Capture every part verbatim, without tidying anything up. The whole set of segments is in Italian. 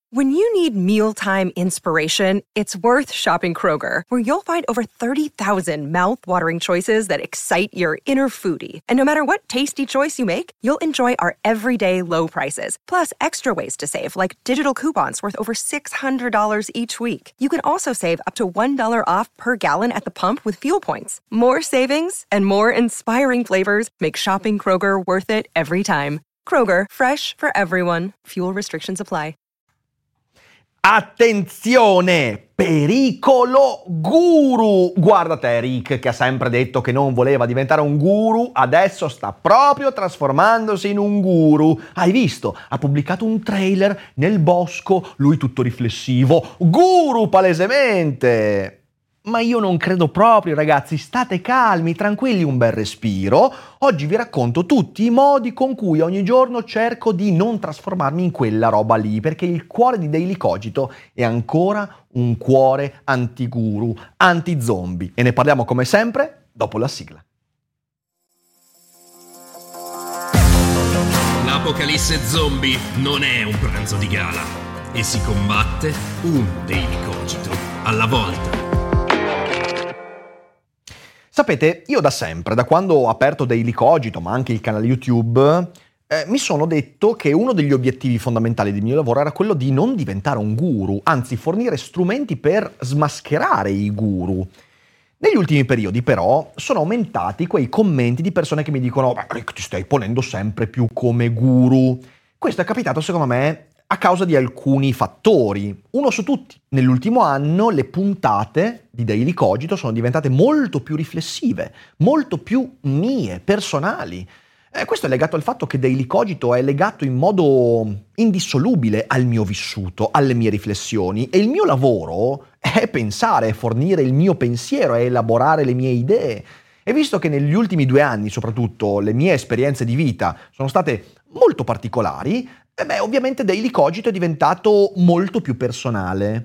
When you need mealtime inspiration, it's worth shopping Kroger, where you'll find over thirty thousand mouth-watering choices that excite your inner foodie. And no matter what tasty choice you make, you'll enjoy our everyday low prices, plus extra ways to save, like digital coupons worth over six hundred dollars each week. You can also save up to one dollar off per gallon at the pump with fuel points. More savings and more inspiring flavors make shopping Kroger worth it every time. Kroger, fresh for everyone. Fuel restrictions apply. Attenzione! Pericolo guru! Guarda te, Rick, che ha sempre detto che non voleva diventare un guru, adesso sta proprio trasformandosi in un guru. Hai visto? Ha pubblicato un trailer nel bosco, lui tutto riflessivo. Guru palesemente! Ma io non credo proprio, ragazzi, state calmi, tranquilli, un bel respiro. Oggi vi racconto tutti i modi con cui ogni giorno cerco di non trasformarmi in quella roba lì, perché il cuore di Daily Cogito è ancora un cuore anti-guru, anti-zombie. E ne parliamo come sempre dopo la sigla. L'apocalisse zombie non è un pranzo di gala e si combatte un Daily Cogito alla volta. Sapete, io da sempre, da quando ho aperto Daily Cogito, ma anche il canale YouTube, eh, mi sono detto che uno degli obiettivi fondamentali del mio lavoro era quello di non diventare un guru, anzi fornire strumenti per smascherare i guru. Negli ultimi periodi, però, sono aumentati quei commenti di persone che mi dicono «Beh, Rick, ti stai ponendo sempre più come guru». Questo è capitato, secondo me, a causa di alcuni fattori. Uno su tutti. Nell'ultimo anno le puntate di Daily Cogito sono diventate molto più riflessive, molto più mie, personali. Eh, questo è legato al fatto che Daily Cogito è legato in modo indissolubile al mio vissuto, alle mie riflessioni, e il mio lavoro è pensare, è fornire il mio pensiero, è elaborare le mie idee. E visto che negli ultimi due anni, soprattutto, le mie esperienze di vita sono state molto particolari, e beh, ovviamente Daily Cogito è diventato molto più personale.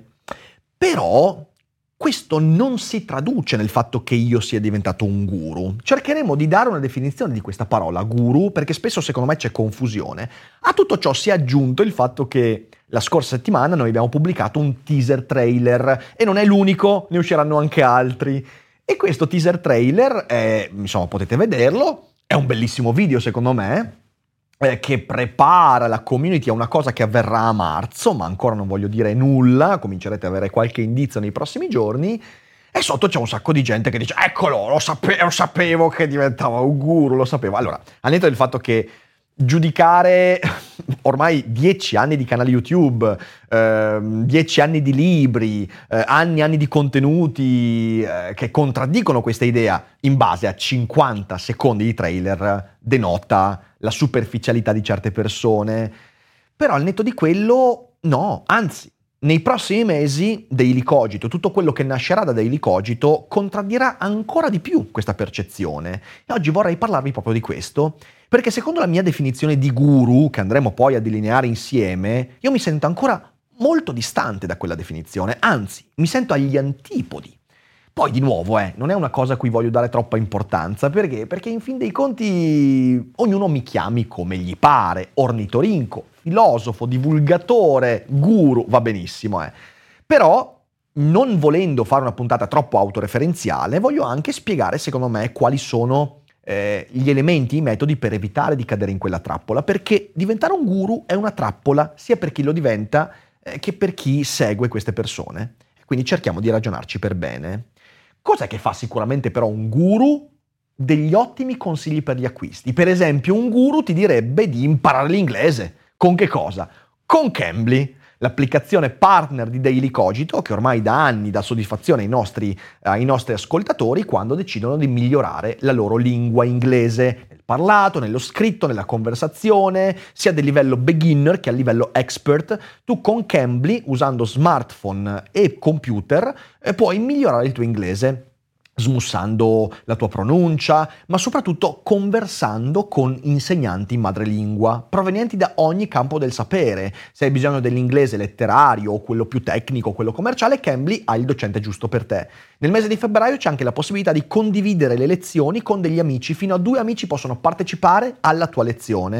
Però questo non si traduce nel fatto che io sia diventato un guru. Cercheremo di dare una definizione di questa parola, guru, perché spesso secondo me c'è confusione. A tutto ciò si è aggiunto il fatto che la scorsa settimana noi abbiamo pubblicato un teaser trailer, e non è l'unico, ne usciranno anche altri. E questo teaser trailer, è, insomma, potete vederlo, è un bellissimo video secondo me, Eh, che prepara la community a una cosa che avverrà a marzo, ma ancora non voglio dire nulla, comincerete ad avere qualche indizio nei prossimi giorni, e sotto c'è un sacco di gente che dice eccolo, lo, sape- lo sapevo che diventava un guru, lo sapevo. Allora, al netto del fatto che giudicare ormai dieci anni di canale YouTube, eh, dieci anni di libri, eh, anni e anni di contenuti eh, che contraddicono questa idea in base a cinquanta secondi di trailer denota la superficialità di certe persone. Però al netto di quello, no, anzi, nei prossimi mesi Daily Cogito, tutto quello che nascerà da Daily Cogito contraddirà ancora di più questa percezione. E oggi vorrei parlarvi proprio di questo, perché secondo la mia definizione di guru, che andremo poi a delineare insieme, io mi sento ancora molto distante da quella definizione, anzi, mi sento agli antipodi. Poi di nuovo, eh, non è una cosa a cui voglio dare troppa importanza, perché? Perché in fin dei conti ognuno mi chiami come gli pare, ornitorinco, filosofo, divulgatore, guru, va benissimo, eh. Però, non volendo fare una puntata troppo autoreferenziale, voglio anche spiegare, secondo me, quali sono eh, gli elementi, i metodi per evitare di cadere in quella trappola, perché diventare un guru è una trappola sia per chi lo diventa eh, che per chi segue queste persone. Quindi cerchiamo di ragionarci per bene. Cos'è che fa sicuramente però un guru? Degli ottimi consigli per gli acquisti. Per esempio, un guru ti direbbe di imparare l'inglese. Con che cosa? Con Cambly, l'applicazione partner di Daily Cogito, che ormai da anni dà soddisfazione ai nostri, eh, ai nostri ascoltatori quando decidono di migliorare la loro lingua inglese, nel parlato, nello scritto, nella conversazione, sia del livello beginner che a livello expert. Tu con Cambly, usando smartphone e computer, eh, puoi migliorare il tuo inglese, smussando la tua pronuncia, ma soprattutto conversando con insegnanti madrelingua, provenienti da ogni campo del sapere. Se hai bisogno dell'inglese letterario o quello più tecnico, quello commerciale, Cambly ha il docente giusto per te. Nel mese di febbraio c'è anche la possibilità di condividere le lezioni con degli amici, fino a due amici possono partecipare alla tua lezione.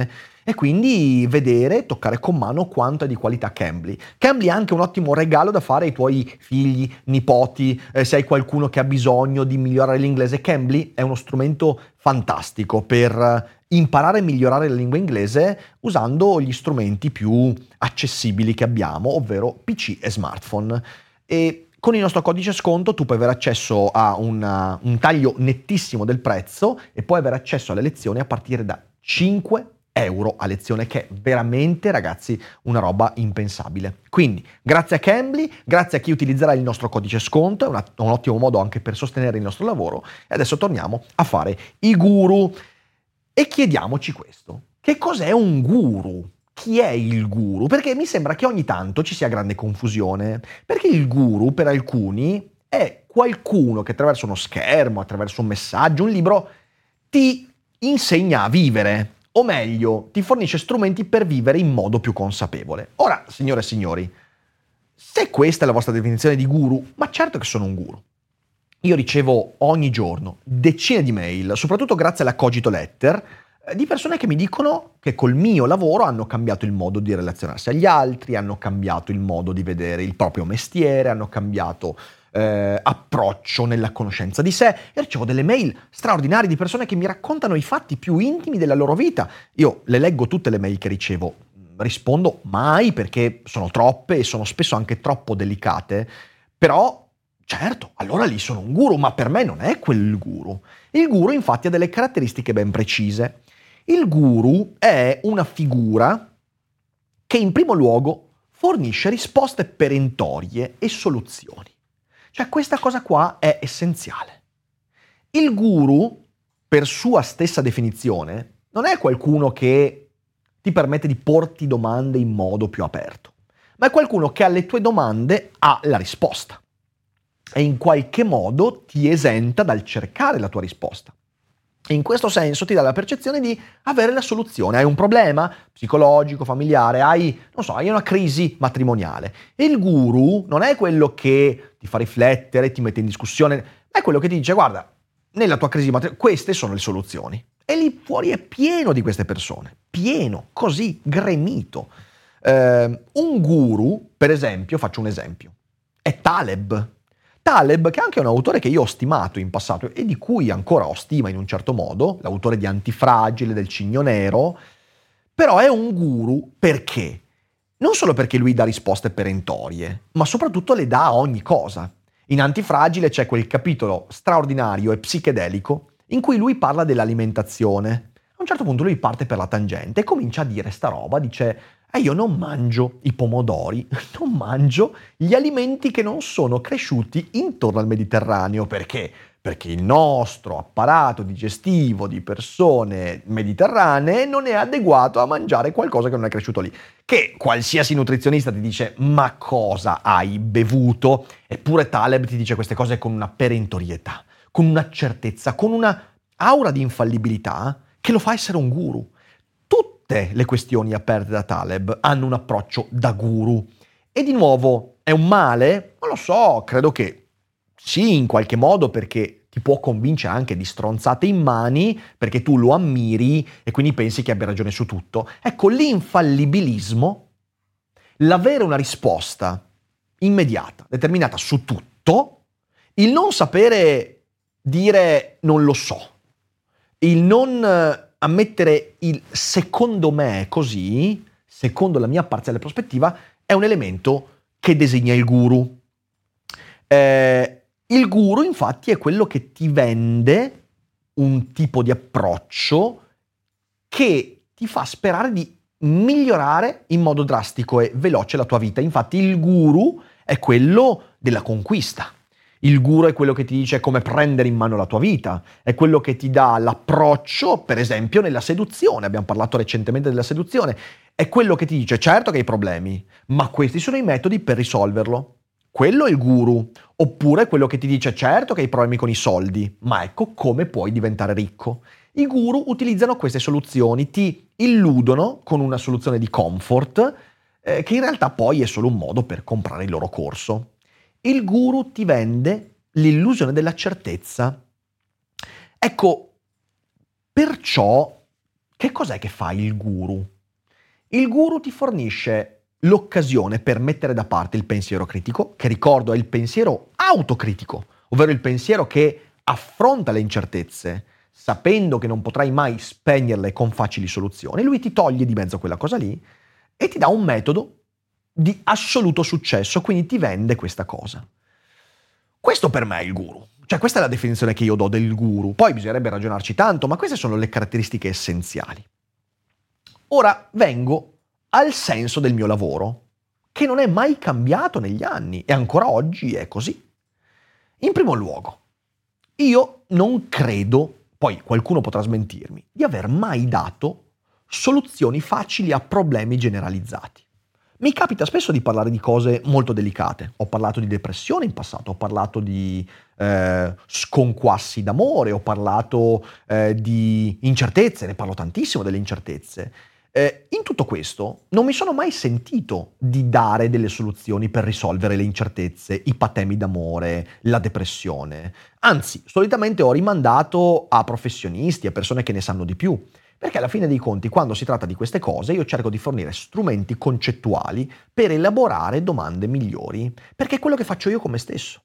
e quindi vedere, toccare con mano quanto è di qualità Cambly. Cambly è anche un ottimo regalo da fare ai tuoi figli, nipoti, eh, se hai qualcuno che ha bisogno di migliorare l'inglese. Cambly è uno strumento fantastico per imparare e migliorare la lingua inglese usando gli strumenti più accessibili che abbiamo, ovvero P C e smartphone. E con il nostro codice sconto tu puoi avere accesso a una, un taglio nettissimo del prezzo e puoi avere accesso alle lezioni a partire da cinque euro a lezione, che è veramente, ragazzi, una roba impensabile. Quindi grazie a Cambly, grazie a chi utilizzerà il nostro codice sconto, è una, un ottimo modo anche per sostenere il nostro lavoro. E adesso torniamo a fare i guru e chiediamoci questo: che cos'è un guru? Chi è il guru? Perché mi sembra che ogni tanto ci sia grande confusione, perché il guru per alcuni è qualcuno che attraverso uno schermo, attraverso un messaggio, un libro, ti insegna a vivere, o meglio, ti fornisce strumenti per vivere in modo più consapevole. Ora, signore e signori, se questa è la vostra definizione di guru, ma certo che sono un guru. Io ricevo ogni giorno decine di mail, soprattutto grazie alla Cogito Letter, di persone che mi dicono che col mio lavoro hanno cambiato il modo di relazionarsi agli altri, hanno cambiato il modo di vedere il proprio mestiere, hanno cambiato eh, approccio nella conoscenza di sé. E ricevo delle mail straordinarie di persone che mi raccontano i fatti più intimi della loro vita. Io le leggo tutte le mail che ricevo, rispondo mai perché sono troppe e sono spesso anche troppo delicate, però certo, allora lì sono un guru, ma per me non è quel guru. Il guru infatti ha delle caratteristiche ben precise. Il guru è una figura che in primo luogo fornisce risposte perentorie e soluzioni. Cioè questa cosa qua è essenziale. Il guru, per sua stessa definizione, non è qualcuno che ti permette di porti domande in modo più aperto, ma è qualcuno che alle tue domande ha la risposta e in qualche modo ti esenta dal cercare la tua risposta. E in questo senso ti dà la percezione di avere la soluzione. Hai un problema psicologico, familiare, hai, non so, hai una crisi matrimoniale. E il guru non è quello che ti fa riflettere, ti mette in discussione, è quello che ti dice: guarda, nella tua crisi matrimoniale queste sono le soluzioni. E lì fuori è pieno di queste persone, pieno, così, gremito. Eh, un guru, per esempio, faccio un esempio, è Taleb. Taleb, che è anche un autore che io ho stimato in passato e di cui ancora ho stima in un certo modo, l'autore di Antifragile, del Cigno Nero, però è un guru perché? Non solo perché lui dà risposte perentorie, ma soprattutto le dà a ogni cosa. In Antifragile c'è quel capitolo straordinario e psichedelico in cui lui parla dell'alimentazione. A un certo punto lui parte per la tangente e comincia a dire sta roba, dice: e io non mangio i pomodori, non mangio gli alimenti che non sono cresciuti intorno al Mediterraneo. Perché? Perché il nostro apparato digestivo di persone mediterranee non è adeguato a mangiare qualcosa che non è cresciuto lì. Che qualsiasi nutrizionista ti dice: ma cosa hai bevuto? Eppure Taleb ti dice queste cose con una perentorietà, con una certezza, con una aura di infallibilità che lo fa essere un guru. Tutte le questioni aperte da Taleb hanno un approccio da guru. E di nuovo, è un male? Non lo so, credo che sì, in qualche modo, perché ti può convincere anche di stronzate in mani, perché tu lo ammiri e quindi pensi che abbia ragione su tutto. Ecco, l'infallibilismo, l'avere una risposta immediata, determinata su tutto, il non sapere dire non lo so, il non ammettere il secondo me così, secondo la mia parziale prospettiva, è un elemento che designa il guru. Eh, il guru infatti è quello che ti vende un tipo di approccio che ti fa sperare di migliorare in modo drastico e veloce la tua vita. Infatti il guru è quello della conquista. Il guru è quello che ti dice come prendere in mano la tua vita, è quello che ti dà l'approccio, per esempio, nella seduzione. Abbiamo parlato recentemente della seduzione. È quello che ti dice: certo che hai problemi, ma questi sono i metodi per risolverlo. Quello è il guru. Oppure quello che ti dice: certo che hai problemi con i soldi, ma ecco come puoi diventare ricco. I guru utilizzano queste soluzioni, ti illudono con una soluzione di comfort, eh, che in realtà poi è solo un modo per comprare il loro corso. Il guru ti vende l'illusione della certezza. Ecco, perciò, che cos'è che fa il guru? Il guru ti fornisce l'occasione per mettere da parte il pensiero critico, che ricordo è il pensiero autocritico, ovvero il pensiero che affronta le incertezze, sapendo che non potrai mai spegnerle con facili soluzioni. Lui ti toglie di mezzo quella cosa lì e ti dà un metodo di assoluto successo, quindi ti vende questa cosa. Questo per me è il guru. Cioè, questa è la definizione che io do del guru. Poi bisognerebbe ragionarci tanto, ma queste sono le caratteristiche essenziali. Ora vengo al senso del mio lavoro, che non è mai cambiato negli anni e ancora oggi è così. In primo luogo, io non credo, poi qualcuno potrà smentirmi, di aver mai dato soluzioni facili a problemi generalizzati. Mi capita spesso di parlare di cose molto delicate. Ho parlato di depressione in passato, ho parlato di eh, sconquassi d'amore, ho parlato eh, di incertezze, ne parlo tantissimo delle incertezze. Eh, in tutto questo non mi sono mai sentito di dare delle soluzioni per risolvere le incertezze, i patemi d'amore, la depressione. Anzi, solitamente ho rimandato a professionisti, a persone che ne sanno di più. Perché alla fine dei conti, quando si tratta di queste cose, io cerco di fornire strumenti concettuali per elaborare domande migliori, perché è quello che faccio io con me stesso.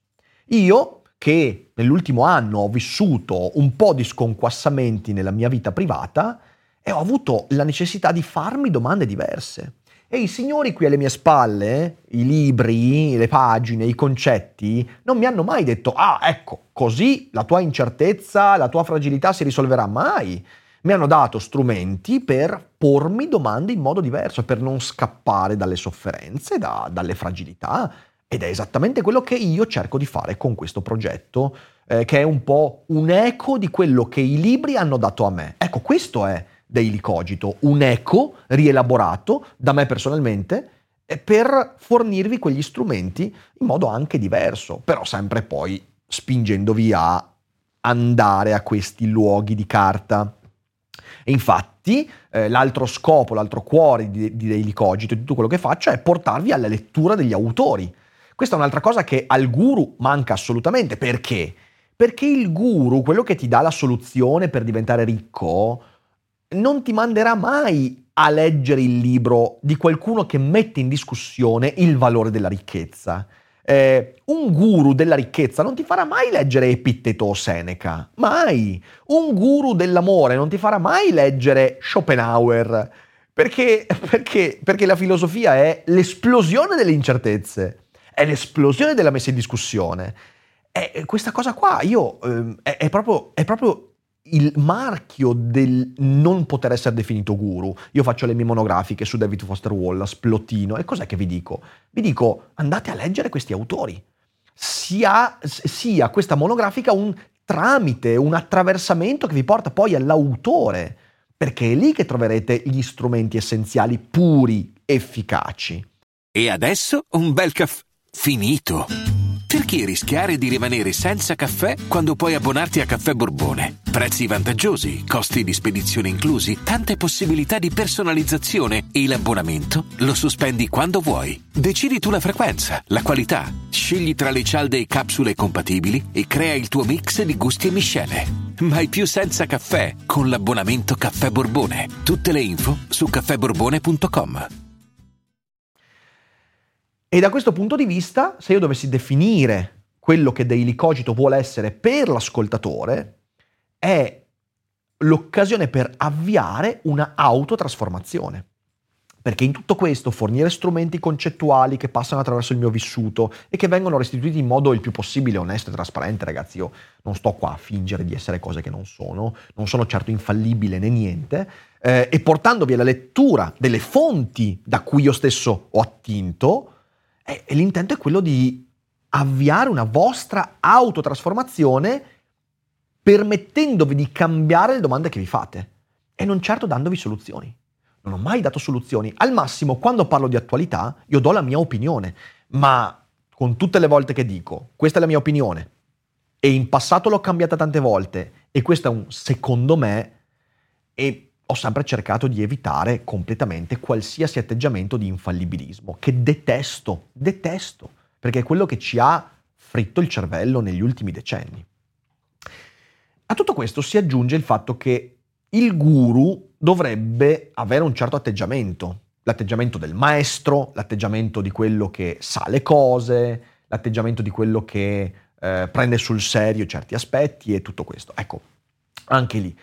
Io, che nell'ultimo anno ho vissuto un po' di sconquassamenti nella mia vita privata, e ho avuto la necessità di farmi domande diverse. E i signori qui alle mie spalle, i libri, le pagine, i concetti, non mi hanno mai detto «Ah, ecco, così la tua incertezza, la tua fragilità si risolverà». Mai. Mi hanno dato strumenti per pormi domande in modo diverso, per non scappare dalle sofferenze, da, dalle fragilità. Ed è esattamente quello che io cerco di fare con questo progetto, eh, che è un po' un eco di quello che i libri hanno dato a me. Ecco, questo è Daily Cogito, un eco rielaborato da me personalmente per fornirvi quegli strumenti in modo anche diverso, però sempre poi spingendovi a andare a questi luoghi di carta. E infatti eh, l'altro scopo, l'altro cuore di, di Daily Cogito, di tutto quello che faccio, è portarvi alla lettura degli autori. Questa è un'altra cosa che al guru manca assolutamente. Perché? Perché il guru, quello che ti dà la soluzione per diventare ricco, non ti manderà mai a leggere il libro di qualcuno che mette in discussione il valore della ricchezza. Eh, un guru della ricchezza non ti farà mai leggere Epitteto o Seneca, mai. Un guru dell'amore non ti farà mai leggere Schopenhauer, perché, perché, perché la filosofia è l'esplosione delle incertezze, è l'esplosione della messa in discussione. E questa cosa qua, io, eh, è, è proprio... È proprio il marchio del non poter essere definito guru. Io faccio le mie monografiche su David Foster Wallace, Plotino, e cos'è che vi dico? Vi dico, andate a leggere questi autori. Sia, sia questa monografica un tramite, un attraversamento che vi porta poi all'autore, perché è lì che troverete gli strumenti essenziali puri, efficaci. E adesso un bel caffè finito. Perché rischiare di rimanere senza caffè quando puoi abbonarti a Caffè Borbone? Prezzi vantaggiosi, costi di spedizione inclusi, tante possibilità di personalizzazione e l'abbonamento lo sospendi quando vuoi. Decidi tu la frequenza, la qualità, scegli tra le cialde e capsule compatibili e crea il tuo mix di gusti e miscele. Mai più senza caffè con l'abbonamento Caffè Borbone. Tutte le info su caffè borbone punto com. E da questo punto di vista, se io dovessi definire quello che Daily Cogito vuole essere per l'ascoltatore, è l'occasione per avviare una autotrasformazione. Perché in tutto questo fornire strumenti concettuali che passano attraverso il mio vissuto e che vengono restituiti in modo il più possibile onesto e trasparente, ragazzi, io non sto qua a fingere di essere cose che non sono, non sono certo infallibile né niente, eh, e portandovi alla lettura delle fonti da cui io stesso ho attinto, e l'intento è quello di avviare una vostra autotrasformazione permettendovi di cambiare le domande che vi fate e non certo dandovi soluzioni. Non ho mai dato soluzioni. Al massimo, quando parlo di attualità, io do la mia opinione, ma con tutte le volte che dico questa è la mia opinione e in passato l'ho cambiata tante volte e questo è un secondo me, e ho sempre cercato di evitare completamente qualsiasi atteggiamento di infallibilismo, che detesto, detesto, perché è quello che ci ha fritto il cervello negli ultimi decenni. A tutto questo si aggiunge il fatto che il guru dovrebbe avere un certo atteggiamento, l'atteggiamento del maestro, l'atteggiamento di quello che sa le cose, l'atteggiamento di quello che eh, prende sul serio certi aspetti e tutto questo. Ecco, anche lì,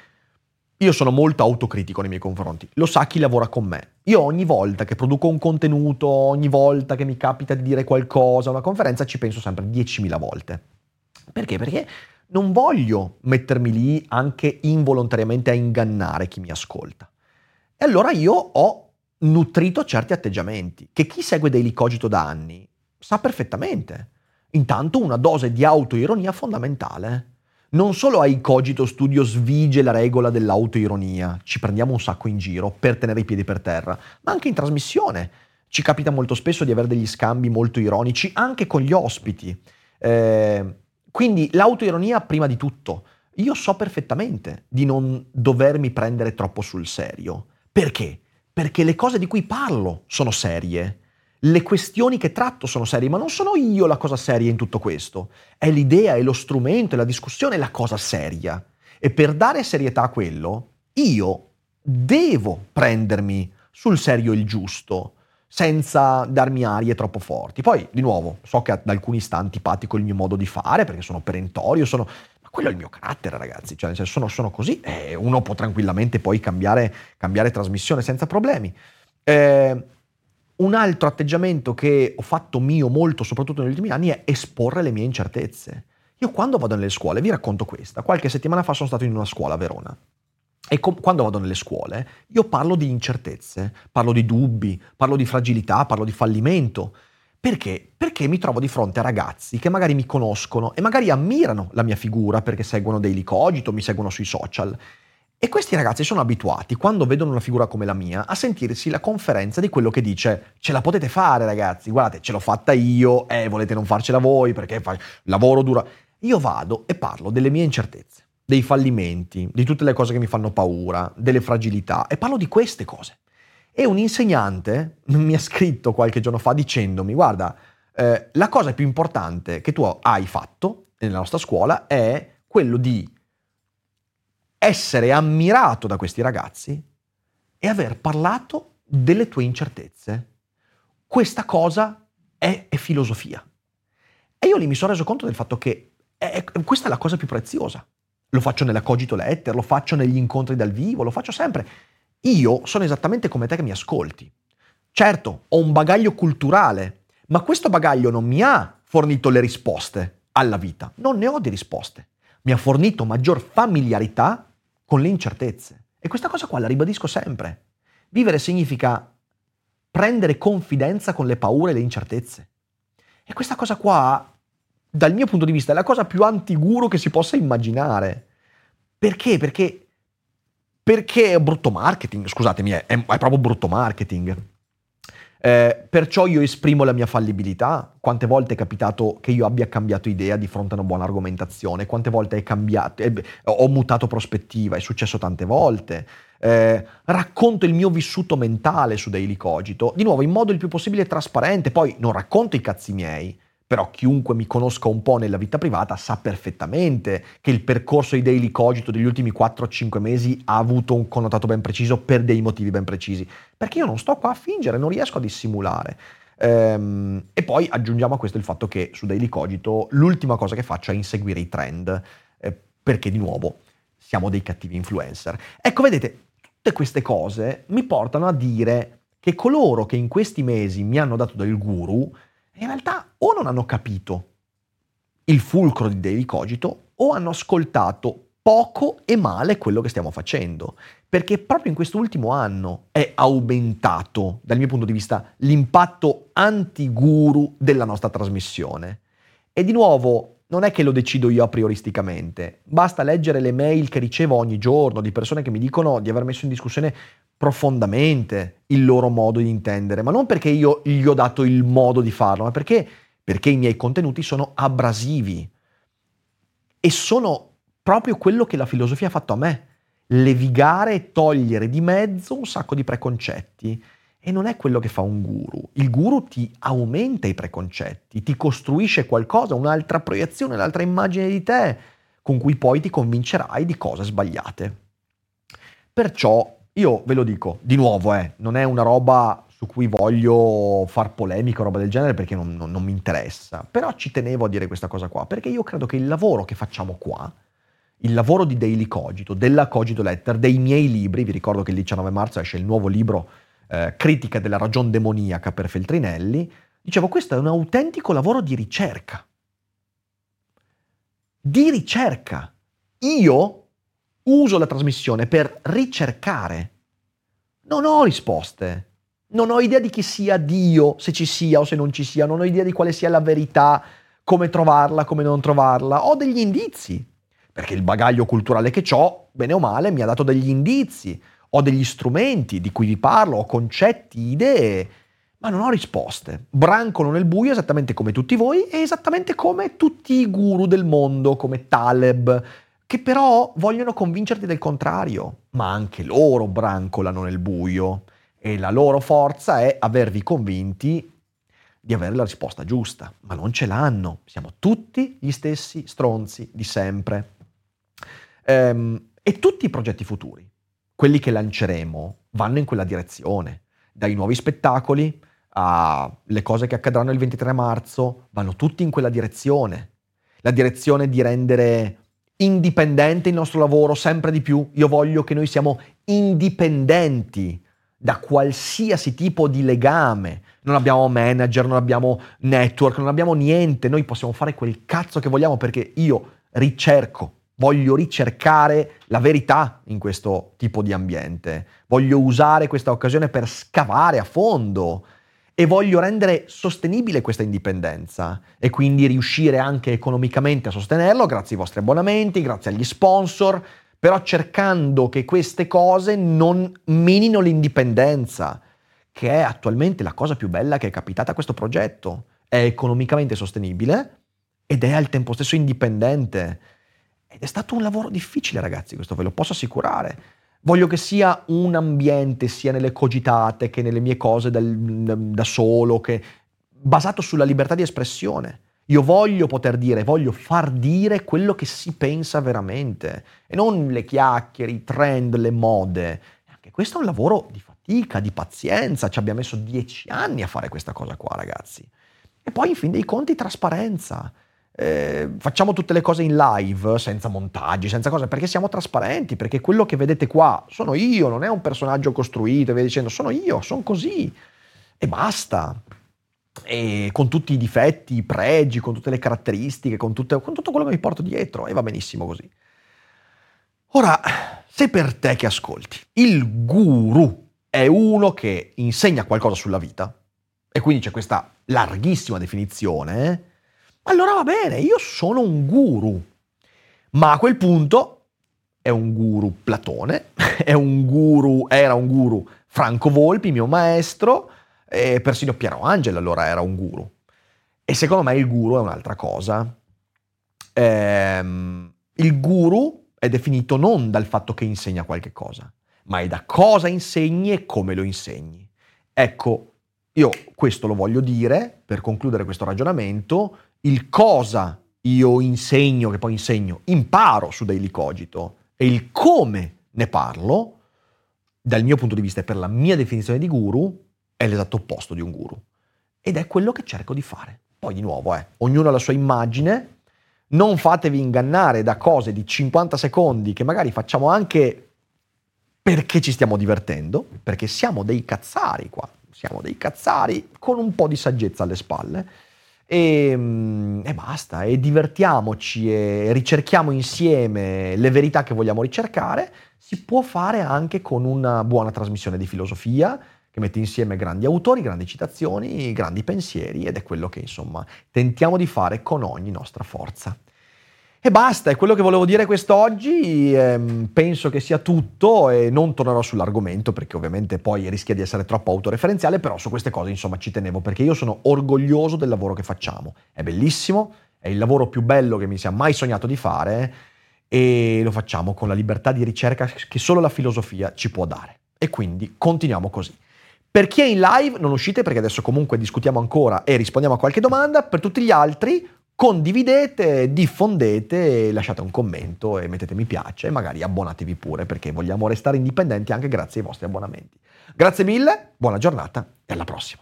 io sono molto autocritico nei miei confronti, lo sa chi lavora con me. Io ogni volta che produco un contenuto, ogni volta che mi capita di dire qualcosa a una conferenza, ci penso sempre diecimila volte. Perché? Perché non voglio mettermi lì anche involontariamente a ingannare chi mi ascolta. E allora io ho nutrito certi atteggiamenti che chi segue Daily Cogito da anni sa perfettamente. Intanto una dose di autoironia fondamentale. Non solo ai Cogito Studio svige la regola dell'autoironia, ci prendiamo un sacco in giro per tenere i piedi per terra, ma anche in trasmissione. Ci capita molto spesso di avere degli scambi molto ironici anche con gli ospiti. Eh, quindi l'autoironia prima di tutto. Io so perfettamente di non dovermi prendere troppo sul serio. Perché? Perché le cose di cui parlo sono serie, le questioni che tratto sono serie, ma non sono io la cosa seria in tutto questo. È l'idea, è lo strumento, è la discussione, è la cosa seria. E per dare serietà a quello, io devo prendermi sul serio il giusto, senza darmi arie troppo forti. Poi, di nuovo, so che ad alcuni sta antipatico il mio modo di fare, perché sono perentorio, sono... quello è il mio carattere, ragazzi, cioè nel senso sono, sono così e uno può tranquillamente poi cambiare, cambiare trasmissione senza problemi. Eh, un altro atteggiamento che ho fatto mio molto, soprattutto negli ultimi anni, è esporre le mie incertezze. Io quando vado nelle scuole, vi racconto questa, qualche settimana fa sono stato in una scuola a Verona e com- quando vado nelle scuole io parlo di incertezze, parlo di dubbi, parlo di fragilità, parlo di fallimento. Perché? Perché mi trovo di fronte a ragazzi che magari mi conoscono e magari ammirano la mia figura perché seguono Daily Cogito, mi seguono sui social. E questi ragazzi sono abituati, quando vedono una figura come la mia, a sentirsi la conferenza di quello che dice ce la potete fare ragazzi, guardate, ce l'ho fatta io, eh, volete non farcela voi perché fa... lavoro duro. Io vado e parlo delle mie incertezze, dei fallimenti, di tutte le cose che mi fanno paura, delle fragilità e parlo di queste cose. E un insegnante mi ha scritto qualche giorno fa dicendomi guarda, eh, la cosa più importante che tu hai fatto nella nostra scuola è quello di essere ammirato da questi ragazzi e aver parlato delle tue incertezze. Questa cosa è, è filosofia. E io lì mi sono reso conto del fatto che è, questa è la cosa più preziosa. Lo faccio nella Cogito Letter, lo faccio negli incontri dal vivo, lo faccio sempre. Io sono esattamente come te che mi ascolti. Certo, ho un bagaglio culturale, ma questo bagaglio non mi ha fornito le risposte alla vita. Non ne ho di risposte. Mi ha fornito maggior familiarità con le incertezze. E questa cosa qua la ribadisco sempre. Vivere significa prendere confidenza con le paure e le incertezze. E questa cosa qua, dal mio punto di vista, è la cosa più antiguru che si possa immaginare. Perché? Perché Perché è brutto marketing, scusatemi, è, è proprio brutto marketing. Eh, perciò io esprimo la mia fallibilità. Quante volte è capitato che io abbia cambiato idea di fronte a una buona argomentazione? Quante volte è cambiato, eh, ho mutato prospettiva? È successo tante volte. Eh, racconto il mio vissuto mentale su Daily Cogito, di nuovo in modo il più possibile trasparente. Poi non racconto i cazzi miei, però chiunque mi conosca un po' nella vita privata sa perfettamente che il percorso di Daily Cogito degli ultimi quattro cinque mesi ha avuto un connotato ben preciso per dei motivi ben precisi. Perché io non sto qua a fingere, non riesco a dissimulare. Ehm, e poi aggiungiamo a questo il fatto che su Daily Cogito l'ultima cosa che faccio è inseguire i trend, eh, perché di nuovo siamo dei cattivi influencer. Ecco, vedete, tutte queste cose mi portano a dire che coloro che in questi mesi mi hanno dato del guru in realtà o non hanno capito il fulcro di Daily Cogito o hanno ascoltato poco e male quello che stiamo facendo, perché proprio in quest'ultimo anno è aumentato, dal mio punto di vista, l'impatto anti-guru della nostra trasmissione. E di nuovo, non è che lo decido io a prioristicamente, basta leggere le mail che ricevo ogni giorno di persone che mi dicono di aver messo in discussione profondamente il loro modo di intendere, ma non perché io gli ho dato il modo di farlo, ma perché, perché i miei contenuti sono abrasivi e sono proprio quello che la filosofia ha fatto a me, levigare e togliere di mezzo un sacco di preconcetti. E non è quello che fa un guru. Il guru ti aumenta i preconcetti, ti costruisce qualcosa, un'altra proiezione, un'altra immagine di te, con cui poi ti convincerai di cose sbagliate. Perciò io ve lo dico, di nuovo, eh, non è una roba su cui voglio far polemica o roba del genere perché non, non, non mi interessa, però ci tenevo a dire questa cosa qua, perché io credo che il lavoro che facciamo qua, il lavoro di Daily Cogito, della Cogito Letter, dei miei libri, vi ricordo che il diciannove marzo esce il nuovo libro eh, Critica della ragion demoniaca per Feltrinelli, dicevo questo è un autentico lavoro di ricerca, di ricerca. Io uso la trasmissione per ricercare, non ho risposte, non ho idea di chi sia Dio, se ci sia o se non ci sia, non ho idea di quale sia la verità, come trovarla, come non trovarla, ho degli indizi. Perché il bagaglio culturale che ho, bene o male, mi ha dato degli indizi, ho degli strumenti di cui vi parlo, ho concetti, idee, ma non ho risposte. Brancolo nel buio esattamente come tutti voi e esattamente come tutti i guru del mondo, come Taleb, che però vogliono convincerti del contrario, ma anche loro brancolano nel buio e la loro forza è avervi convinti di avere la risposta giusta, ma non ce l'hanno, siamo tutti gli stessi stronzi di sempre. Ehm, e tutti i progetti futuri, quelli che lanceremo, vanno in quella direzione, dai nuovi spettacoli alle cose che accadranno il ventitré marzo, vanno tutti in quella direzione, la direzione di rendere indipendente il nostro lavoro sempre di più. Io voglio che noi siamo indipendenti da qualsiasi tipo di legame, non abbiamo manager, non abbiamo network, non abbiamo niente, noi possiamo fare quel cazzo che vogliamo perché io ricerco, voglio ricercare la verità in questo tipo di ambiente, voglio usare questa occasione per scavare a fondo e voglio rendere sostenibile questa indipendenza e quindi riuscire anche economicamente a sostenerlo grazie ai vostri abbonamenti, grazie agli sponsor, però cercando che queste cose non minino l'indipendenza, che è attualmente la cosa più bella che è capitata a questo progetto. È economicamente sostenibile ed è al tempo stesso indipendente. Ed è stato un lavoro difficile, ragazzi, questo ve lo posso assicurare. Voglio che sia un ambiente, sia nelle cogitate che nelle mie cose dal, da solo, che basato sulla libertà di espressione. Io voglio poter dire, voglio far dire quello che si pensa veramente e non le chiacchiere, i trend, le mode. Anche questo è un lavoro di fatica, di pazienza, ci abbiamo messo dieci anni a fare questa cosa qua, ragazzi. E poi in fin dei conti trasparenza. Eh, facciamo tutte le cose in live, senza montaggi, senza cose, perché siamo trasparenti, perché quello che vedete qua sono io, non è un personaggio costruito e via dicendo, sono io, sono così e basta. E con tutti i difetti, i pregi, con tutte le caratteristiche, con, tutte, con tutto quello che mi porto dietro e va benissimo così. Ora, se per te che ascolti il guru è uno che insegna qualcosa sulla vita e quindi c'è questa larghissima definizione, eh, allora va bene, io sono un guru, ma a quel punto è un guru Platone, è un guru, era un guru Franco Volpi, mio maestro, e persino Piero Angela allora era un guru. E secondo me il guru è un'altra cosa. Ehm, il guru è definito non dal fatto che insegna qualche cosa, ma è da cosa insegni e come lo insegni. Ecco, io questo lo voglio dire per concludere questo ragionamento. Il cosa io insegno, che poi insegno, imparo su Daily Cogito e il come ne parlo, dal mio punto di vista e per la mia definizione di guru, è l'esatto opposto di un guru. Ed è quello che cerco di fare. Poi di nuovo, eh, ognuno ha la sua immagine, non fatevi ingannare da cose di cinquanta secondi che magari facciamo anche perché ci stiamo divertendo, perché siamo dei cazzari qua, siamo dei cazzari con un po' di saggezza alle spalle. E, e basta, e divertiamoci e ricerchiamo insieme le verità che vogliamo ricercare. Si può fare anche con una buona trasmissione di filosofia che mette insieme grandi autori, grandi citazioni, grandi pensieri, ed è quello che insomma tentiamo di fare con ogni nostra forza. E basta, è quello che volevo dire quest'oggi, ehm, penso che sia tutto e non tornerò sull'argomento perché ovviamente poi rischia di essere troppo autoreferenziale, però su queste cose insomma ci tenevo perché io sono orgoglioso del lavoro che facciamo, è bellissimo, è il lavoro più bello che mi sia mai sognato di fare e lo facciamo con la libertà di ricerca che solo la filosofia ci può dare e quindi continuiamo così. Per chi è in live non uscite perché adesso comunque discutiamo ancora e rispondiamo a qualche domanda, per tutti gli altri condividete, diffondete, lasciate un commento e mettete mi piace e magari abbonatevi pure perché vogliamo restare indipendenti anche grazie ai vostri abbonamenti. Grazie mille, buona giornata e alla prossima.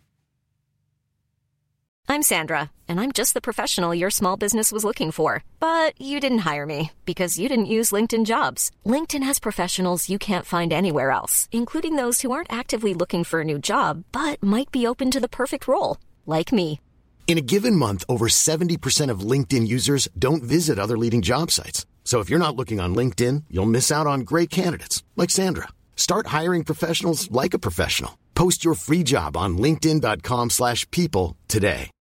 I'm Sandra, and I'm just the professional your small business was looking for. But you didn't hire me because you didn't use LinkedIn Jobs. LinkedIn has professionals you can't find anywhere else, including those who aren't actively looking for a new job, but might be open to the perfect role, like me. In a given month, over seventy percent of LinkedIn users don't visit other leading job sites. So if you're not looking on LinkedIn, you'll miss out on great candidates like Sandra. Start hiring professionals like a professional. Post your free job on linkedin dot com slash people today.